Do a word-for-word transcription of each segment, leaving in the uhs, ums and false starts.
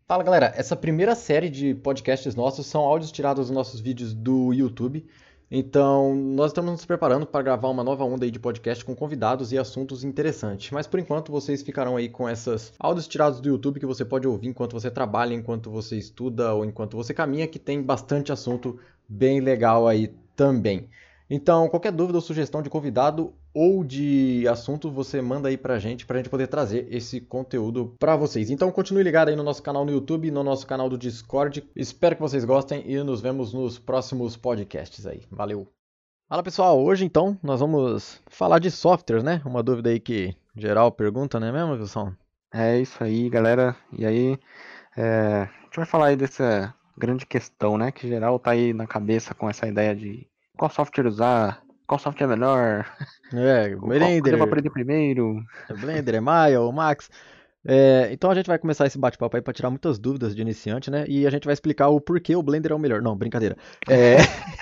Fala galera, essa primeira série de podcasts nossos são áudios tirados dos nossos vídeos do YouTube. Então, nós estamos nos preparando para gravar uma nova onda aí de podcast com convidados e assuntos interessantes. Mas por enquanto vocês ficarão aí com esses áudios tirados do YouTube que você pode ouvir enquanto você trabalha, enquanto você estuda ou enquanto você caminha, que tem bastante assunto bem legal aí também. Então, qualquer dúvida ou sugestão de convidado ou de assunto, você manda aí pra gente, pra gente poder trazer esse conteúdo pra vocês. Então, continue ligado aí no nosso canal no YouTube, no nosso canal do Discord. Espero que vocês gostem e nos vemos nos próximos podcasts aí. Valeu! Fala pessoal, hoje então nós vamos falar de softwares, né? Uma dúvida aí que geral pergunta, não é mesmo, Wilson? É isso aí, galera. E aí, é, a gente vai falar aí dessa grande questão, né? Que geral tá aí na cabeça com essa ideia de qual software usar, qual software é melhor, É, qual que eu devo Blender, aprender primeiro. Blender, é Maya ou Max? É, então a gente vai começar esse bate-papo aí para tirar muitas dúvidas de iniciante, né? E a gente vai explicar o porquê o Blender é o melhor. Não, brincadeira. É...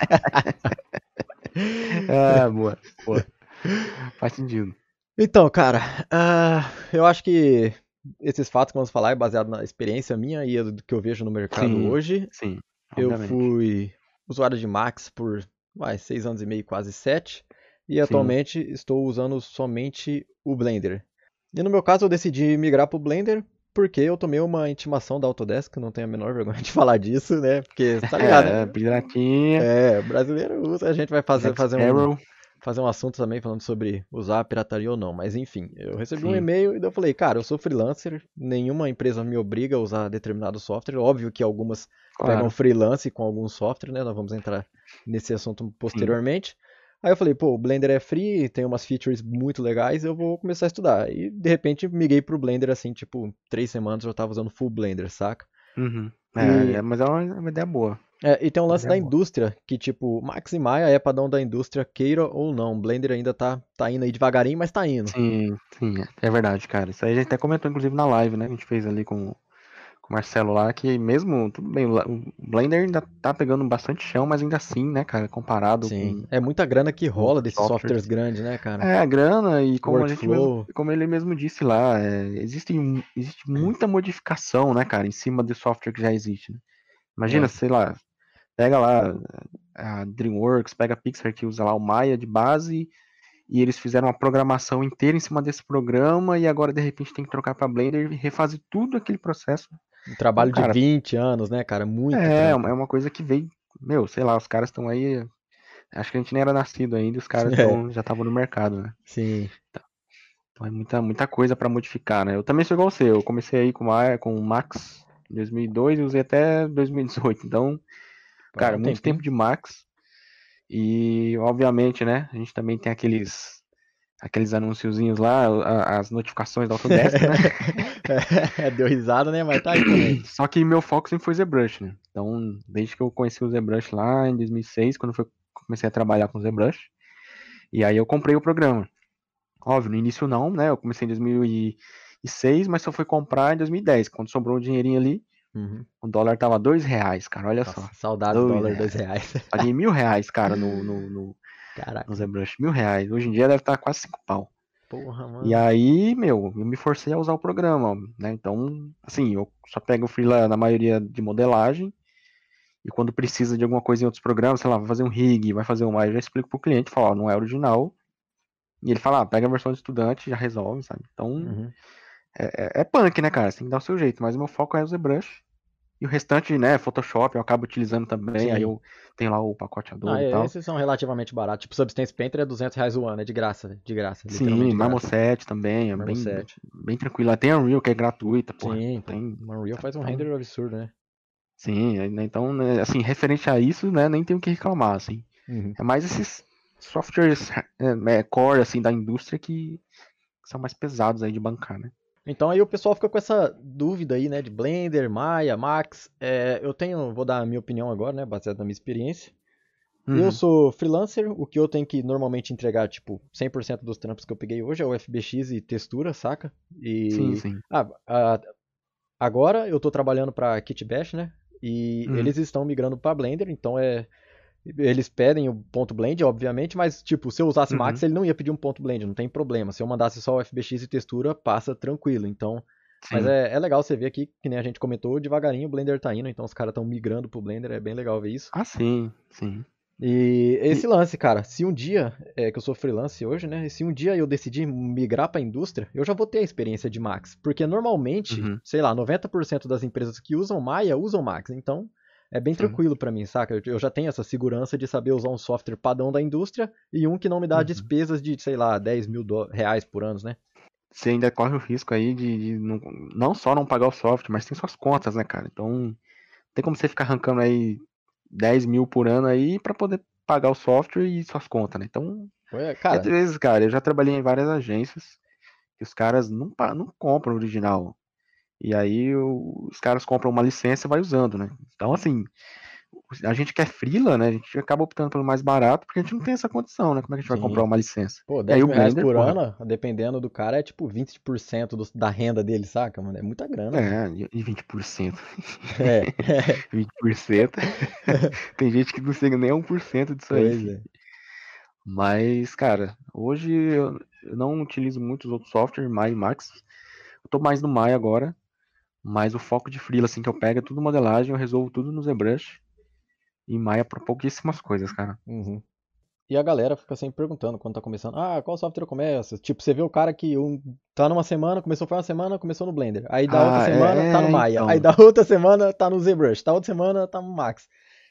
Ah, boa, boa. Faz sentido. Então, cara, ah, eu acho que esses fatos que vamos falar é baseado na experiência minha e do que eu vejo no mercado Sim, hoje. sim, Eu obviamente. fui usuário de Max por vai, seis anos e meio, quase sete, e Sim. atualmente estou usando somente o Blender. E no meu caso eu decidi migrar para o Blender porque eu tomei uma intimação da Autodesk, não tenho a menor vergonha de falar disso, né? Porque, tá ligado, É, né? piratinha, É, brasileiro usa, a gente vai fazer, Jack fazer um, Sparrow. fazer um assunto também falando sobre usar a pirataria ou não. Mas enfim, eu recebi um Sim, e-mail e daí eu falei, cara, eu sou freelancer, nenhuma empresa me obriga a usar determinado software. Óbvio que algumas pegam claro. freelance com algum software, né? Nós vamos entrar nesse assunto Sim. posteriormente. Aí eu falei, pô, o Blender é free, tem umas features muito legais, eu vou começar a estudar. E de repente miguei pro Blender assim, tipo, três semanas eu já tava usando full Blender, saca? Uhum. É, E é, mas é uma, é uma ideia boa. é, e tem um Uma lance ideia da boa. indústria, que tipo, Max e Maya é padrão da indústria, queira ou não. Blender ainda tá, tá indo aí devagarinho, mas tá indo. Sim, sim, é é verdade, cara. Isso aí a gente até comentou, inclusive, na live, né? Que a gente fez ali com, com o Marcelo lá, que mesmo, tudo bem, o la- o Blender ainda tá pegando bastante chão, mas ainda assim, né, cara, comparado Sim. com É muita grana que com rola outros desses softwares softwares. grandes, né, cara? É, a grana, e como a gente mesmo, Workflow. como ele mesmo disse lá, é, existe, existe muita modificação, né, cara, em cima do software que já existe, né? Imagina, É. sei lá, pega lá a DreamWorks, pega a Pixar que usa lá o Maya de base, e eles fizeram uma programação inteira em cima desse programa e agora de repente tem que trocar para Blender e refazer tudo aquele processo. Um Então, trabalho de cara, vinte anos, né, cara? Muito é, é trampo. uma coisa que veio, meu, sei lá, os caras estão aí, acho que a gente nem era nascido ainda, os caras É, estão já estavam no mercado, né? sim. Então é muita muita coisa para modificar, né? Eu também sou igual você, eu comecei aí com a com o Max em dois mil e dois e usei até dois mil e dezoito. Então, É cara, um muito tempo tempinho. de Max e obviamente, né, a gente também tem aqueles aqueles anunciozinhos lá, a- as notificações da Autodesk, né? É, deu risada, né? Mas tá aí também. Só que meu foco sempre foi ZBrush, né? Então, desde que eu conheci o ZBrush lá em dois mil e seis, quando eu comecei a trabalhar com ZBrush, e aí eu comprei o programa. Óbvio, no início não, né? Eu comecei em dois mil e seis, mas só fui comprar em dois mil e dez, quando sobrou um dinheirinho ali. Uhum. O dólar tava dois reais, cara, olha só. Nossa, saudades Dois dólar, dois reais. reais. Paguei mil reais, cara, no, no, no, no Caraca. ZBrush. Mil reais. Hoje em dia deve estar quase cinco pau. Porra, E mano. aí, meu, eu me forcei a usar o programa, né? Então, assim, eu só pego o freela na maioria de modelagem. E quando precisa de alguma coisa em outros programas, sei lá, vai fazer um rig, vai fazer uma, eu já explico pro cliente, falo, ó, não é original. E ele fala, ah, pega a versão de estudante, já resolve, sabe? Então, Uhum. é, é, é punk, né, cara? Você tem que dar o seu jeito, mas o meu foco é o ZBrush. E o restante, né, Photoshop, eu acabo utilizando também, aí Sim. eu tenho lá o pacote Não, Adobe e é- tal. esses são relativamente baratos. Tipo, Substance Painter é duzentos reais o ano, é de graça, de graça, Sim, literalmente de graça. Marmoset também, é Marvel bem, bem, sete. bem tranquilo. Lá tem a Unreal, que é gratuita, porra. Sim, pô. Tem, O Unreal sabe? faz um Então, render absurdo, né? sim, aí, né, então, né, assim, referente a isso, né, nem tenho o que reclamar, assim. Uhum. É mais esses softwares é, é, core, assim, da indústria que são mais pesados aí de bancar, né? Então aí o pessoal fica com essa dúvida aí, né, de Blender, Maya, Max. É, eu tenho, vou dar a minha opinião agora, né, baseado na minha experiência. Eu Uhum. sou freelancer, o que eu tenho que normalmente entregar, tipo, cem por cento dos trampos que eu peguei hoje é o F B X e textura, saca? Sim, E sim. ah, a- agora eu tô trabalhando para Kitbash, né? E Uhum. eles estão migrando para Blender, então é eles pedem o ponto blend, obviamente, mas tipo, se eu usasse Max, Uhum. ele não ia pedir um ponto blend, não tem problema. Se eu mandasse só o F B X e textura, passa tranquilo. Então, Mas Sim. é, é legal você ver aqui, que nem a gente comentou, devagarinho o Blender tá indo, então os caras estão migrando pro Blender, é bem legal ver isso. Ah, sim, sim. E esse E, lance, cara, se um dia, é, que eu sou freelance hoje, né? Se um dia eu decidir migrar pra indústria, eu já vou ter a experiência de Max. Porque normalmente, uhum, sei lá, noventa por cento das empresas que usam Maya usam Max. Então, é bem sim. tranquilo pra mim, saca? Eu eu já tenho essa segurança de saber usar um software padrão da indústria e um que não me dá Uhum. despesas de, sei lá, dez mil dó- reais por ano, né? Você ainda corre o risco aí de, de não, não só não pagar o software, mas tem suas contas, né, cara? Então, tem como você ficar arrancando aí dez mil por ano aí pra poder pagar o software e suas contas, né? Então, Ué, e às cara, vezes, cara, eu já trabalhei em várias agências que os caras não, pa- não compram o original. E aí o- os caras compram uma licença e vai usando, né? Então, assim, a gente quer freela, né? A gente acaba optando pelo mais barato porque a gente não tem essa condição, né? Como é que a gente vai comprar sim. uma licença? Pô, E aí dez o mil reais Blender, por porra, ano, dependendo do cara, é tipo vinte por cento do- da renda dele, saca, mano? É muita grana, velho. é, e vinte por cento. É, vinte por cento. Tem gente que não chega nem a um por cento disso aí, pois filho. é. Mas, cara, hoje eu eu não utilizo muitos outros softwares, Maya e Max. Eu tô mais no Maya agora, mas o foco de freela, assim, que eu pego é tudo modelagem, eu resolvo tudo no ZBrush. E Maya para pouquíssimas coisas, cara. Uhum. E a galera fica sempre perguntando quando tá começando, ah, qual software eu começo? Tipo, você vê o cara que um, tá numa semana, começou foi uma semana, começou no Blender. Aí da outra Ah, semana tá no é, é, Maya. Aí então. da outra semana tá no ZBrush. Da outra semana tá no Max.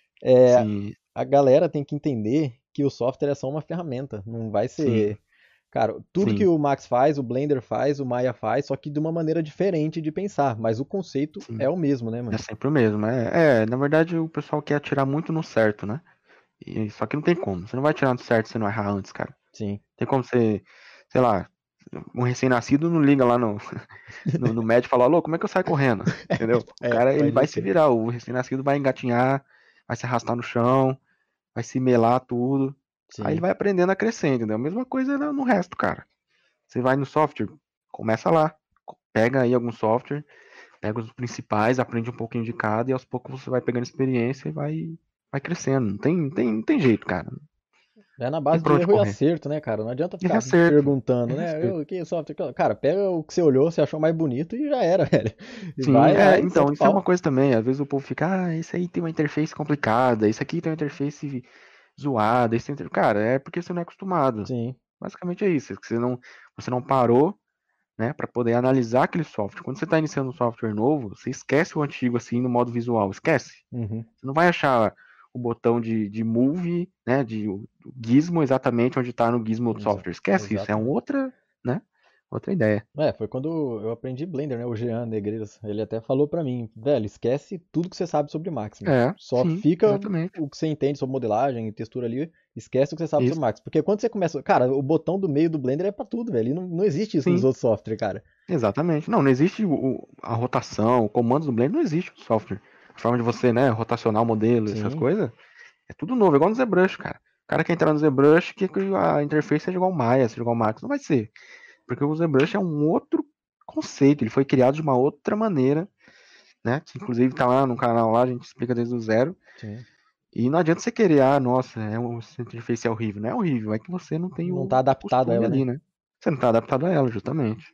É, Sim, a galera tem que entender que o software é só uma ferramenta. Não vai sim, ser. Cara, tudo que sim, o Max faz, o Blender faz, o Maya faz, só que de uma maneira diferente de pensar. Mas o conceito é sim. o mesmo, né, É mano? sempre o mesmo. É, é, na verdade, o pessoal quer atirar muito no certo, né? E, só que não tem como. Você não vai atirar no certo se não errar antes, cara. Sim. Tem como você, sei lá, um recém-nascido não liga lá no, no, no médico e fala, alô, como é que eu saio correndo? Entendeu? O É, cara, ele pode vai se crer. virar. O recém-nascido vai engatinhar, vai se arrastar no chão, vai se melar tudo. Aí ele Sim. vai aprendendo a crescer, entendeu? A mesma coisa no no resto, cara. Você vai no software, começa lá. Pega aí algum software, pega os principais, aprende um pouquinho de cada e aos poucos você vai pegando experiência e vai, vai crescendo. Não tem, não tem, não tem jeito, cara. Não É na tem base pra de onde erro e correr. acerto, né, cara? Não adianta Erro e ficar acerto. perguntando, Erro e né? acerto. Eu, que software? que- Cara, pega o que você olhou, você achou mais bonito e já era, velho. E Sim, vai é, lá e então, senta o isso é uma pau. coisa também. Às vezes o povo fica, ah, esse aí tem uma interface complicada, esse aqui tem uma interface zoada, esse tem... Cara, é porque você não é acostumado. Sim. Basicamente é isso. É que você não, você não parou, né, para poder analisar aquele software. Quando você está iniciando um software novo, você esquece o antigo assim no modo visual, esquece. Uhum. Você não vai achar o botão de, de move, né, de o gizmo exatamente onde está no gizmo do Exa- software. Esquece isso, é uma exatamente. outra, né, outra ideia. É, foi quando eu aprendi Blender, né? O Jean Negreiros, ele até falou pra mim, velho, esquece tudo que você sabe sobre Max, mano. É, Só sim, fica exatamente. o que você entende sobre modelagem e textura ali, esquece o que você sabe sobre Isso, Max. Porque quando você começa, cara, o botão do meio do Blender é pra tudo, velho. E não, não existe isso nos sim, outros softwares, cara. exatamente. Não, não existe o, o- a rotação, o comando do Blender não existe no software. A forma de você, né, rotacionar o modelo, essas Sim. coisas, é tudo novo, é igual no ZBrush, cara. O cara quer entrar no ZBrush que a interface seja igual ao Maya, seja igual ao Max. Não vai ser. Porque o ZBrush é um outro conceito, ele foi criado de uma outra maneira, né? Que inclusive tá lá no canal lá, a gente explica desde o zero. Sim. E não adianta você querer, ah, nossa, é um, essa interface é horrível. Não é horrível, é que você não tem Não tá o, o adaptado a costume ela, né? ali, né? Você não tá adaptado a ela, justamente.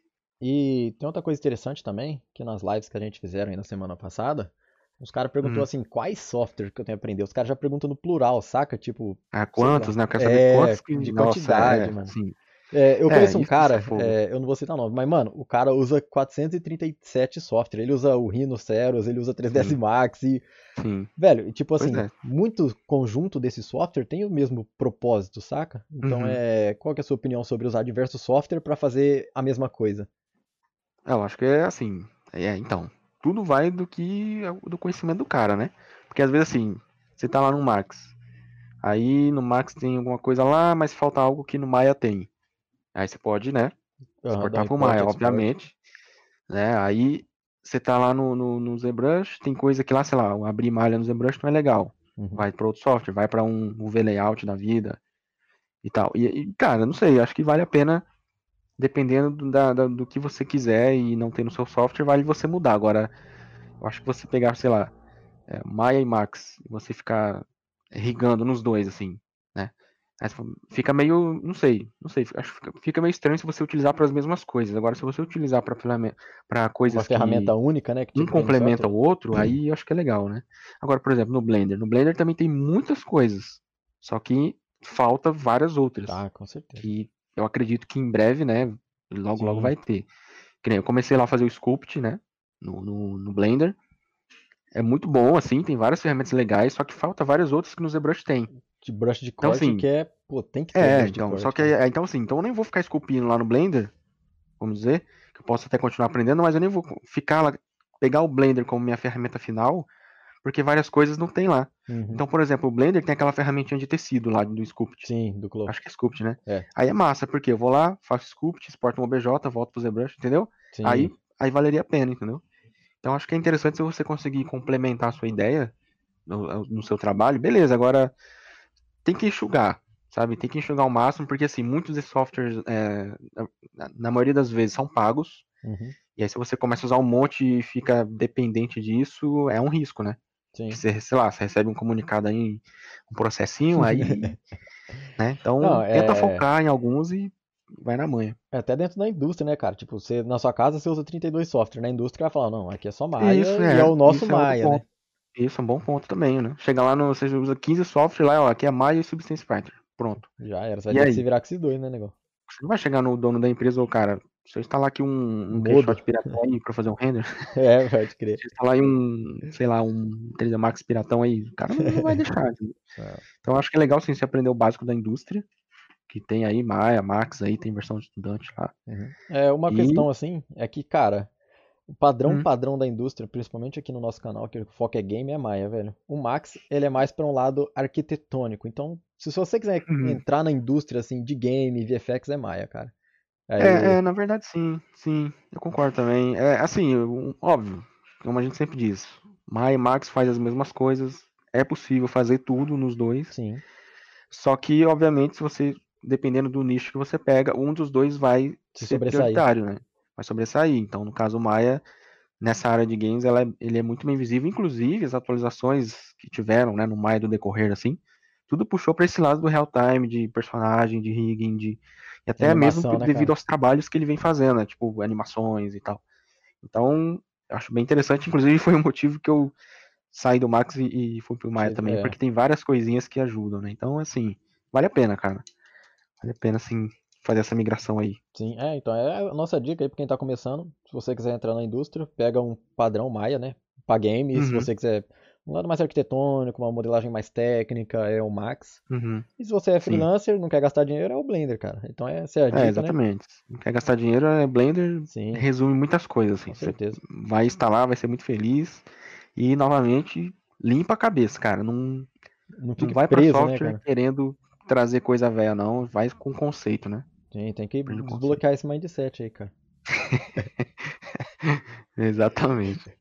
E tem outra coisa interessante também, que nas lives que a gente fizeram aí na semana passada, os caras perguntou Hum. assim, quais software que eu tenho que aprender? Os caras já perguntam no plural, saca? Tipo, Ah, sei lá. quantos, né? Eu quero saber É, quantos que. de Nossa, quantidade, é, mano. sim. É, eu É, conheço um isso, isso é cara, fogo. é, eu não vou citar o nome, mas, mano, o cara usa quatrocentos e trinta e sete software. Ele usa o Rhino Ceros, ele usa três D S Sim, Max e, sim. velho, e tipo Pois assim, é. muito conjunto desse software tem o mesmo propósito, saca? Então, Uhum. é, qual que é a sua opinião sobre usar diversos software pra fazer a mesma coisa? É, eu acho que é assim. É, então. Tudo vai do que. Do conhecimento do cara, né? Porque às vezes assim, você tá lá no Max. Aí no Max tem alguma coisa lá, mas falta algo que no Maya tem. Aí você pode, né? Aham, dá um Exportar para o import, Maya, export. obviamente. Né? Aí você tá lá no, no, no ZBrush, tem coisa que lá, sei lá, abrir malha no ZBrush não é legal. Uhum. Vai para outro software, vai para um U V Layout da vida e tal. E, e, cara, não sei, acho que vale a pena, dependendo do, da, da- do que você quiser e não tem no seu software, vale você mudar. Agora, eu acho que você pegar, sei lá, é, Maya e Max, e você ficar rigando nos dois, assim, né? Aí fica meio, não sei, não sei, acho que fica, fica meio estranho se você utilizar para as mesmas coisas. Agora, se você utilizar para Uma coisas que ferramenta única, né, que um tipo tem no complementa software. o outro, aí eu acho que é legal, né? Agora, por exemplo, no Blender. No Blender também tem muitas coisas, só que falta várias outras, Ah, com certeza. que eu acredito que em breve, né, logo logo Sim. vai ter. Que nem eu comecei lá a fazer o Sculpt, né, no, no, no Blender. É muito bom, assim, tem várias ferramentas legais, só que falta várias outras que no ZBrush tem. De brush de Então, corte assim, que é, pô, tem que ter é, brush de então, só corte, que, cara. é, então, assim, então eu nem vou ficar esculpindo lá no Blender, vamos dizer, que eu posso até continuar aprendendo, mas eu nem vou ficar lá, pegar o Blender como minha ferramenta final, porque várias coisas não tem lá. Uhum. Então, por exemplo, o Blender tem aquela ferramentinha de tecido lá do Sculpt. Sim, do Cloth. Acho que é Sculpt, né? É, Aí é massa, porque eu vou lá, faço Sculpt, exporto um O B J, volto pro ZBrush, entendeu? sim. Aí, aí valeria a pena, entendeu? Então acho que é interessante se você conseguir complementar a sua ideia no, no seu trabalho, beleza, agora tem que enxugar, sabe? Tem que enxugar ao máximo, porque assim, muitos desses softwares, é, na, na maioria das vezes, são pagos. Uhum. E aí, se você começa a usar um monte e fica dependente disso, é um risco, né? Que Sim. você, sei lá, você recebe um comunicado aí, um processinho, aí, né? Não, Então, tenta é, focar em alguns e vai na manha. é até dentro da indústria, né, cara? Tipo, você, na sua casa você usa trinta e dois software, na indústria vai falar, não, aqui é só Isso Maya e é é, o nosso isso é outro Maya, né? ponto. Isso é um bom ponto também, né? Chega lá, no, você usa quinze software lá, ó, aqui é Maya e Substance Fighter. Pronto. Já era, você vai E ter que se aí? virar com esses dois, né, negócio? Você não vai chegar no dono da empresa, ô cara, se eu instalar aqui um, um Modo. Keyshot piratão aí pra fazer um render, É, pode crer. se eu instalar aí um, sei lá, um três D Max piratão aí, o cara não, não vai deixar. Entendeu? Ah, Então eu acho que é legal sim você aprender o básico da indústria, que tem aí Maya, Max aí, tem versão de estudante lá. uhum. É, uma E. questão assim, é que, cara, o padrão Hum, padrão da indústria, principalmente aqui no nosso canal, que o foco é game, é Maya, velho. O Max, ele é mais para um lado arquitetônico. Então, se você quiser hum. entrar na indústria assim de game, V F X é Maya, cara. É, Aí, é, na verdade sim, sim, eu concordo também. É assim, eu- óbvio, como a gente sempre diz, Maya e Max faz as mesmas coisas, é possível fazer tudo nos dois. sim, Só que, obviamente, se você, dependendo do nicho que você pega, um dos dois vai se ser sobressair. prioritário, né? Vai sobressair. Então, no caso, o Maia, nessa área de games, ela é- ele é muito bem visível. Inclusive, as atualizações que tiveram, né, no Maia do decorrer, assim, tudo puxou para esse lado do real time, de personagem, de rigging, de... e De até mesmo animação, né, devido cara? aos trabalhos que ele vem fazendo, né? Tipo, animações e tal. Então, eu acho bem interessante. Inclusive, foi o motivo que eu saí do Max e, e fui pro Maia também, É, porque tem várias coisinhas que ajudam, né? Então, assim, vale a pena, cara. Vale a pena, sim, fazer essa migração aí. sim, é, então é a nossa dica aí pra quem tá começando. Se você quiser entrar na indústria, pega um padrão Maya, né? Pra game, e se Uhum, você quiser um lado mais arquitetônico, uma modelagem mais técnica, é o Max. uhum, E se você é sim. freelancer, não quer gastar dinheiro, é o Blender, cara. Então essa é a É, dica, né? exatamente. Não quer gastar dinheiro, é Blender Sim, resume muitas coisas, assim. com Você certeza. vai instalar, vai ser muito feliz e, novamente, limpa a cabeça, cara. Não, Não não fique vai para preso, né, software cara? querendo trazer coisa velha, não. Vai com conceito, né? Sim, tem que Aprende o conceito. desbloquear esse mindset aí, cara. Exatamente.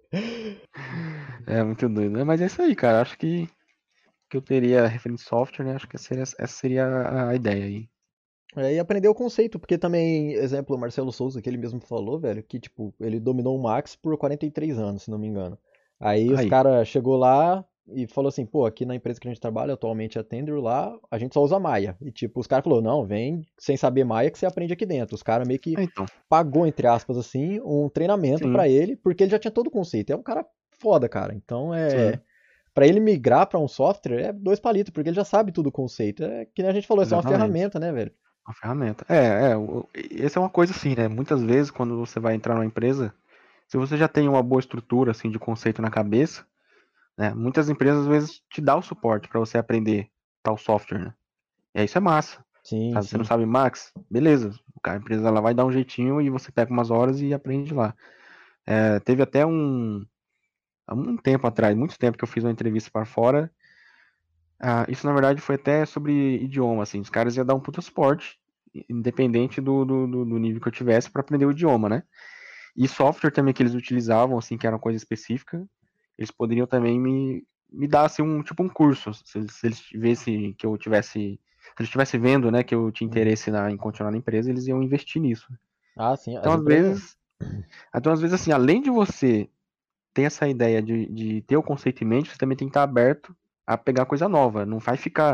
É muito doido, né? Mas é isso aí, cara. Acho que, que eu teria referente software, né? Acho que essa seria, essa seria a a ideia aí. É, e aprender o conceito, porque também, exemplo, o Marcelo Souza, que ele mesmo falou, velho, que, tipo, ele dominou o Max por quarenta e três anos, se não me engano. Aí os Aí. caras chegou lá e falou assim, pô, aqui na empresa que a gente trabalha, atualmente a Tender lá, a gente só usa Maia. E, tipo, os caras falaram, não, vem sem saber Maia que você aprende aqui dentro. Os caras meio que É, então. pagou, entre aspas, assim, um treinamento Sim, pra ele, porque ele já tinha todo o conceito. É um cara foda, cara. Então, é... sim. Pra ele migrar pra um software, é dois palitos, porque ele já sabe tudo o conceito. É que nem a gente falou, é só uma Exatamente. ferramenta, né, velho? Uma ferramenta. É, é. o- Essa é uma coisa assim, né? Muitas vezes, quando você vai entrar numa empresa, se você já tem uma boa estrutura, assim, de conceito na cabeça, né? Muitas empresas, às vezes, te dão o suporte para você aprender tal software, né? E aí isso é massa. Sim, Sabe? Você não sim. sabe Max? Beleza. A empresa ela vai dar um jeitinho e você pega umas horas e aprende lá. É, teve até um... Há um tempo atrás, muito tempo que eu fiz uma entrevista para fora. Ah, isso, na verdade, foi até sobre idioma, assim. Os caras iam dar um puta suporte, independente do, do, do do nível que eu tivesse, para aprender o idioma, né? E software também que eles utilizavam, assim, que era uma coisa específica, eles poderiam também me, me dar, assim, um, tipo um curso. Se, se eles vissem que eu tivesse... Se eles estivessem vendo, né, que eu tinha Uhum. interesse na, em continuar na empresa, eles iam investir nisso. Ah, sim, Então, as às empresas. vezes... Então, às vezes, assim, além de você ter essa ideia de, de ter o conceito em mente, você também tem que estar aberto a pegar coisa nova. Não vai ficar,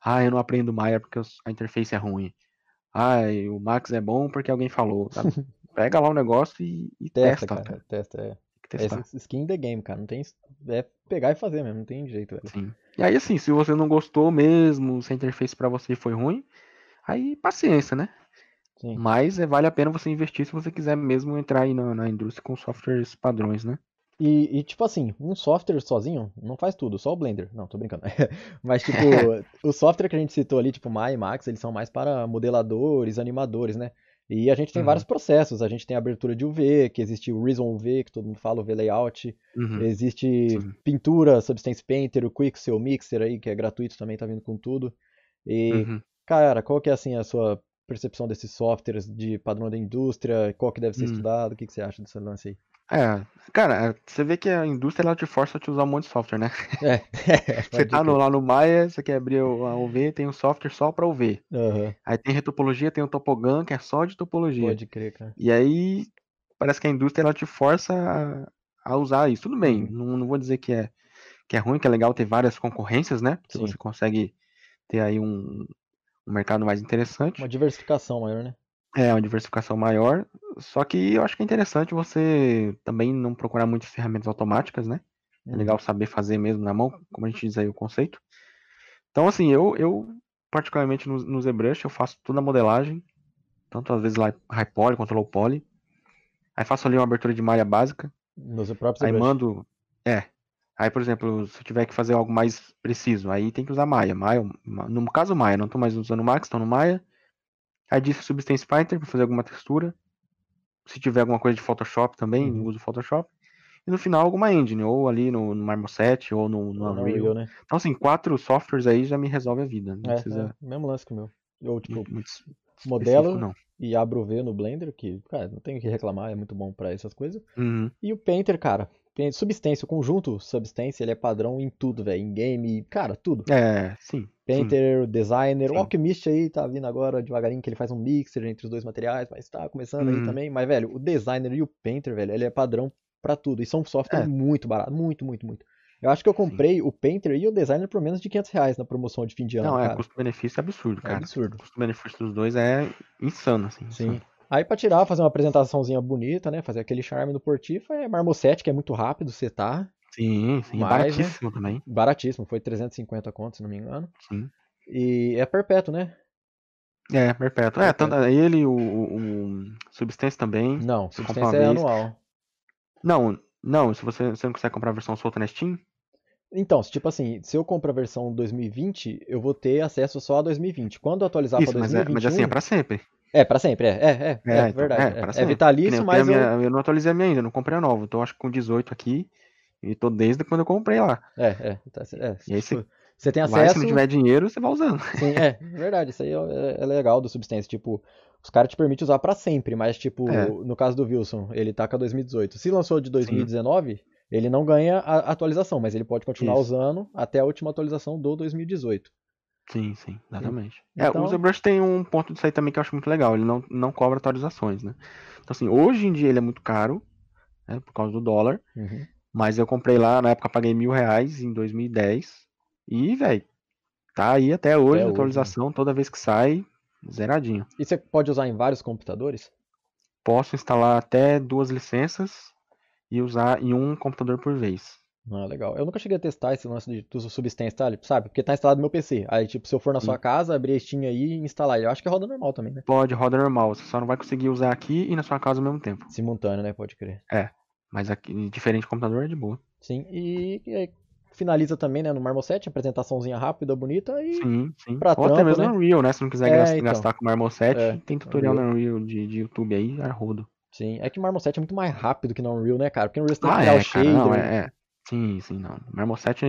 Ah, eu não aprendo Maya porque os- a interface é ruim. Ah, o Max é bom porque alguém falou. Sabe? Pega lá o negócio e, e Testa, testa, cara, cara. testa, é. Tem que É testar. esse skin the game, cara, não tem... É pegar e fazer mesmo, não tem jeito, velho. Sim. E aí, assim, se você não gostou mesmo, se a interface pra você foi ruim, aí paciência, né? Sim. Mas é, vale a pena você investir se você quiser mesmo entrar aí na, na indústria com softwares padrões, né? E, e, tipo assim, um software sozinho não faz tudo, só o Blender. Não, tô brincando. Mas, tipo, o software que a gente citou ali, tipo Maya e Max, eles são mais para modeladores, animadores, né? E a gente tem vários Uhum, processos. A gente tem a abertura de U V, que existe o Reason U V, que todo mundo fala, o V Layout. uhum, Existe sim. pintura, Substance Painter, o Quixel Mixer aí, que é gratuito também, tá vindo com tudo. E, Uhum, cara, qual que é, assim, a sua percepção desses softwares de padrão da indústria? Qual que deve ser uhum. estudado? O que que você acha desse lance aí? É, cara, é, você vê que a indústria ela te força a te usar um monte de software, né? É, Você pode tá no- crer. lá no Maya, você quer abrir o, a U V, tem um software só pra U V. Aham. Aí tem retopologia, tem o Topogan, que é só de topologia. Pode crer, cara. E aí parece que a indústria ela te força a, a usar isso. Tudo bem, Uhum. não, não vou dizer que é, que é ruim, que é legal ter várias concorrências, né? Porque Sim. você consegue ter aí um, um mercado mais Uma interessante. diversificação maior, né? É, uma diversificação maior. Só que eu acho que é interessante você também não procurar muitas ferramentas automáticas, né? É Uhum. legal saber fazer mesmo na mão, como a gente diz aí o conceito. Então, assim, eu, eu particularmente no, no ZBrush, eu faço toda a modelagem, tanto às vezes lá high poly quanto low poly. Aí faço ali uma abertura de malha básica, No seu próprio aí ZBrush. mando. É. Aí, por exemplo, se eu tiver que fazer algo mais preciso, aí tem que usar Maya. Maya, no caso Maya, não estou mais usando o Max, estou no Maya. Aí disse Substance Painter para fazer alguma textura. Se tiver alguma coisa de Photoshop também, Uhum. uso Photoshop. E no final alguma engine, ou ali no, no Marmoset, ou no, no Ou na Unreal, Unreal. né? Então, assim, quatro softwares aí já me resolve a vida. Não É, é, precisa mesmo lance que o meu. Eu, tipo, muito, muito específico, modelo não. e abro o V no Blender, que, cara, não tenho o que reclamar, é muito bom pra essas coisas. Uhum. E o Painter, cara, Paint- Substance, o conjunto Substance, ele é padrão em tudo, velho. Em game, cara, tudo. É, sim, sim, Painter, Designer, o sim. Alchemist aí tá vindo agora devagarinho, que ele faz um mixer entre os dois materiais, mas tá começando aí Uhum. também. Mas, velho, o Designer e o Painter, velho, ele é padrão pra tudo. E são um software É, muito barato, muito, muito, muito. Eu acho que eu sim. comprei o Painter e o Designer por menos de quinhentos reais na promoção de fim de ano, Não, é, cara. custo-benefício é absurdo, É cara. absurdo. O custo-benefício dos dois é insano, assim, Sim. insano. Aí pra tirar, fazer uma apresentaçãozinha bonita, né? Fazer aquele charme no Portifa é Marmoset, que é muito rápido setar. Sim, sim, é Mas, né? baratíssimo também. Baratíssimo, foi trezentos e cinquenta conto, se não me engano. Sim. E é perpétuo, né? É, perpétuo. É, tanto Perpétuo. ele, o, o, o Substance também. Não, Você compra uma substância é vez. anual. Não, não, se você, você não quiser comprar a versão solta na Steam, Então, tipo assim, se eu compro a versão dois mil e vinte, eu vou ter acesso só a dois mil e vinte. Quando eu atualizar para isso, mas, é, mas assim, é dois mil e vinte e um, pra sempre. é pra sempre, é, é, é, é, É, então, verdade. é, É, pra é sempre. Que nem vitalício, eu tenho a mas minha. eu. Eu não atualizei a minha ainda, não comprei a nova. Então acho que com dezoito aqui. E tô desde quando eu comprei lá. É, é, tá, é, E aí você tipo, você tem vai, se não acesso. tiver dinheiro, você vai usando. Sim, é, verdade, isso aí é, é legal do Substance. Tipo, os caras te permitem usar pra sempre, mas, É, tipo, no caso do Wilson, ele tá com a dois mil e dezoito. Se lançou de sim, dois mil e dezenove, ele não ganha a atualização, mas ele pode continuar isso. usando até a última atualização do dois mil e dezoito. Sim, sim, En- exatamente. É, o Então, ZBrush tem um ponto disso aí também que eu acho muito legal. Ele não, não cobra atualizações, né? Então, assim, hoje em dia ele é muito caro, né, por causa do dólar. uhum, Mas eu comprei lá, na época eu paguei mil reais em dois mil e dez. E, velho, tá aí até até hoje, hoje, né? atualização, toda vez que sai, zeradinho. E você pode usar em vários computadores? Posso instalar até duas licenças e usar em um computador por vez. Ah, legal. Eu nunca cheguei a testar esse lance de, do Substance, tá? Sabe? Porque tá instalado no meu P C. Aí, tipo, se eu for na sua Sim. casa, abrir a Steam aí e instalar ele. Eu acho que roda normal também, né? Pode, roda normal, você só não vai conseguir usar aqui e na sua casa ao mesmo tempo. Simultâneo, né? Pode crer. É, mas aqui, diferente do computador é de boa. Sim, e, e aí finaliza também, né, no Marmoset, apresentaçãozinha rápida, bonita e Sim, sim. pra Ou até trampo, mesmo né? no Unreal, né? Se não quiser É, gas- então. gastar com Marmoset, É, tem tutorial no Unreal. Unreal de, de YouTube aí, a rodo. Sim, é que o Marmoset é muito mais rápido que no Unreal, né, cara? Porque no Unreal você tem que Ah, criar o é, cara, não, shader, é, é. Sim, sim, não. Marmoset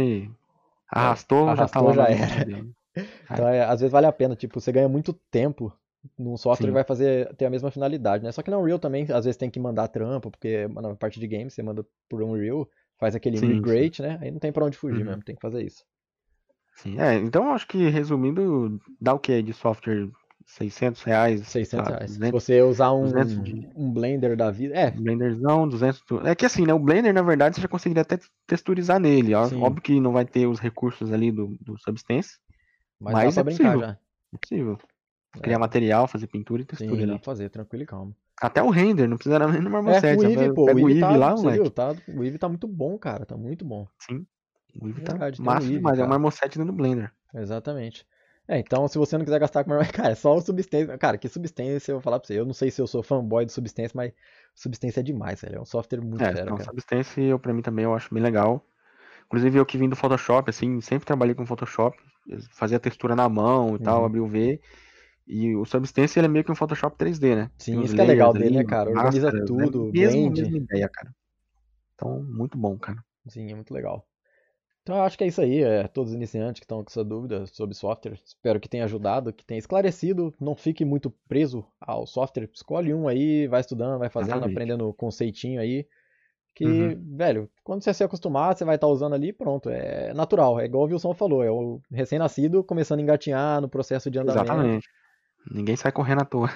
é, arrastou, já tá arrastou, lá já no, no era. modelo. Então, É, é, às vezes vale a pena, tipo, você ganha muito tempo num software que sim, vai fazer ter a mesma finalidade, né? Só que no Unreal também, às vezes tem que mandar trampo, porque na parte de games você manda por Unreal, faz aquele sim, sim. migrate, né? Aí não tem pra onde fugir Uhum, mesmo, tem que fazer isso. sim. É, então eu acho que resumindo, dá o que aí de software? seiscentos reais, sei seiscentos lá, reais. Se duzentos, você usar duzentos um, de um Blender da vida, é, Blenderzão, duzentos. tu- É que assim, né? O Blender, na verdade, você já conseguiria até texturizar nele. Ó. sim. Óbvio que não vai ter os recursos ali do, do Substance, Mas dá Mas pra é brincar possível, já. é possível. Criar É, material, fazer pintura e textura sim, dá ali. pra fazer, tranquilo e calmo. Até o render, não precisa nem no É, o Marmoset. Eevee, Você pô, o pega o Eevee Eevee tá, lá, você viu, moleque. tá, o Eevee tá muito bom, cara, tá muito bom. Sim, o Eevee tá Verdade, tem um massa Eevee, demais. É o cara. Marmoset dentro do Blender. Exatamente. É, então se você não quiser gastar com Marvel, cara, é só o Substance. Cara, que Substance eu vou falar pra você. Eu não sei se eu sou fanboy do Substance, mas Substance é demais, velho. É um software muito É, fera, então, cara. Substance, eu, pra mim também, eu acho bem legal. Inclusive, eu que vim do Photoshop, assim, sempre trabalhei com Photoshop. Fazia textura na mão e tal, Uhum. abria o V. E o Substance, ele é meio que um Photoshop três D, né? Tem Sim, os isso que é legal layers dele, né, ali, cara? Organiza máscaras, é tudo, mesmo a blend. mesma ideia, cara. Então, muito bom, cara. Sim, é muito legal. Então eu acho que é isso aí, é todos os iniciantes que estão com essa dúvida sobre software. Espero que tenha ajudado, que tenha esclarecido. Não fique muito preso ao software. Escolhe um aí, vai estudando, vai fazendo, Exatamente. aprendendo o conceitinho aí. Que, Uhum. velho, quando você se acostumar, você vai estar usando ali, pronto. É natural, é igual o Wilson falou, é o recém-nascido começando a engatinhar no processo de andamento. Exatamente. Ninguém sai correndo à toa.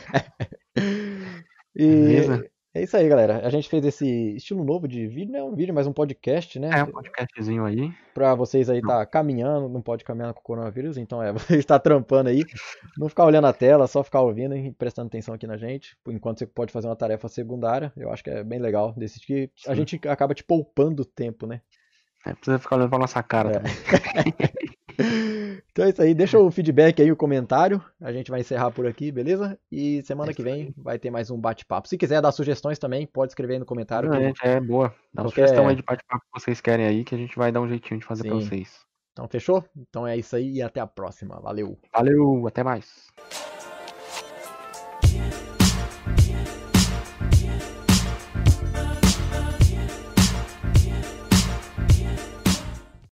Beleza? E é isso aí, galera. A gente fez esse estilo novo de vídeo, não é um vídeo, mas um podcast, né? É, um podcastzinho aí. Pra vocês aí Não. tá caminhando, não pode caminhar com o coronavírus, então é, você está trampando aí, não ficar olhando a tela, só ficar ouvindo e prestando atenção aqui na gente, por enquanto você pode fazer uma tarefa secundária, eu acho que é bem legal, desse que a Sim. gente acaba te poupando tempo, né? É, precisa ficar olhando pra nossa cara É. também. Então é isso aí, deixa o feedback aí, o comentário, a gente vai encerrar por aqui, beleza? E É semana que isso vem aí. vai ter mais um bate-papo. Se quiser dar sugestões também, pode escrever aí no comentário que Exatamente, é boa. Dá uma sugestão aí qualquer... de bate-papo que vocês querem aí, que a gente vai dar um jeitinho de fazer pra Sim, vocês. então fechou? Então é isso aí e até a próxima, valeu! Valeu, até mais.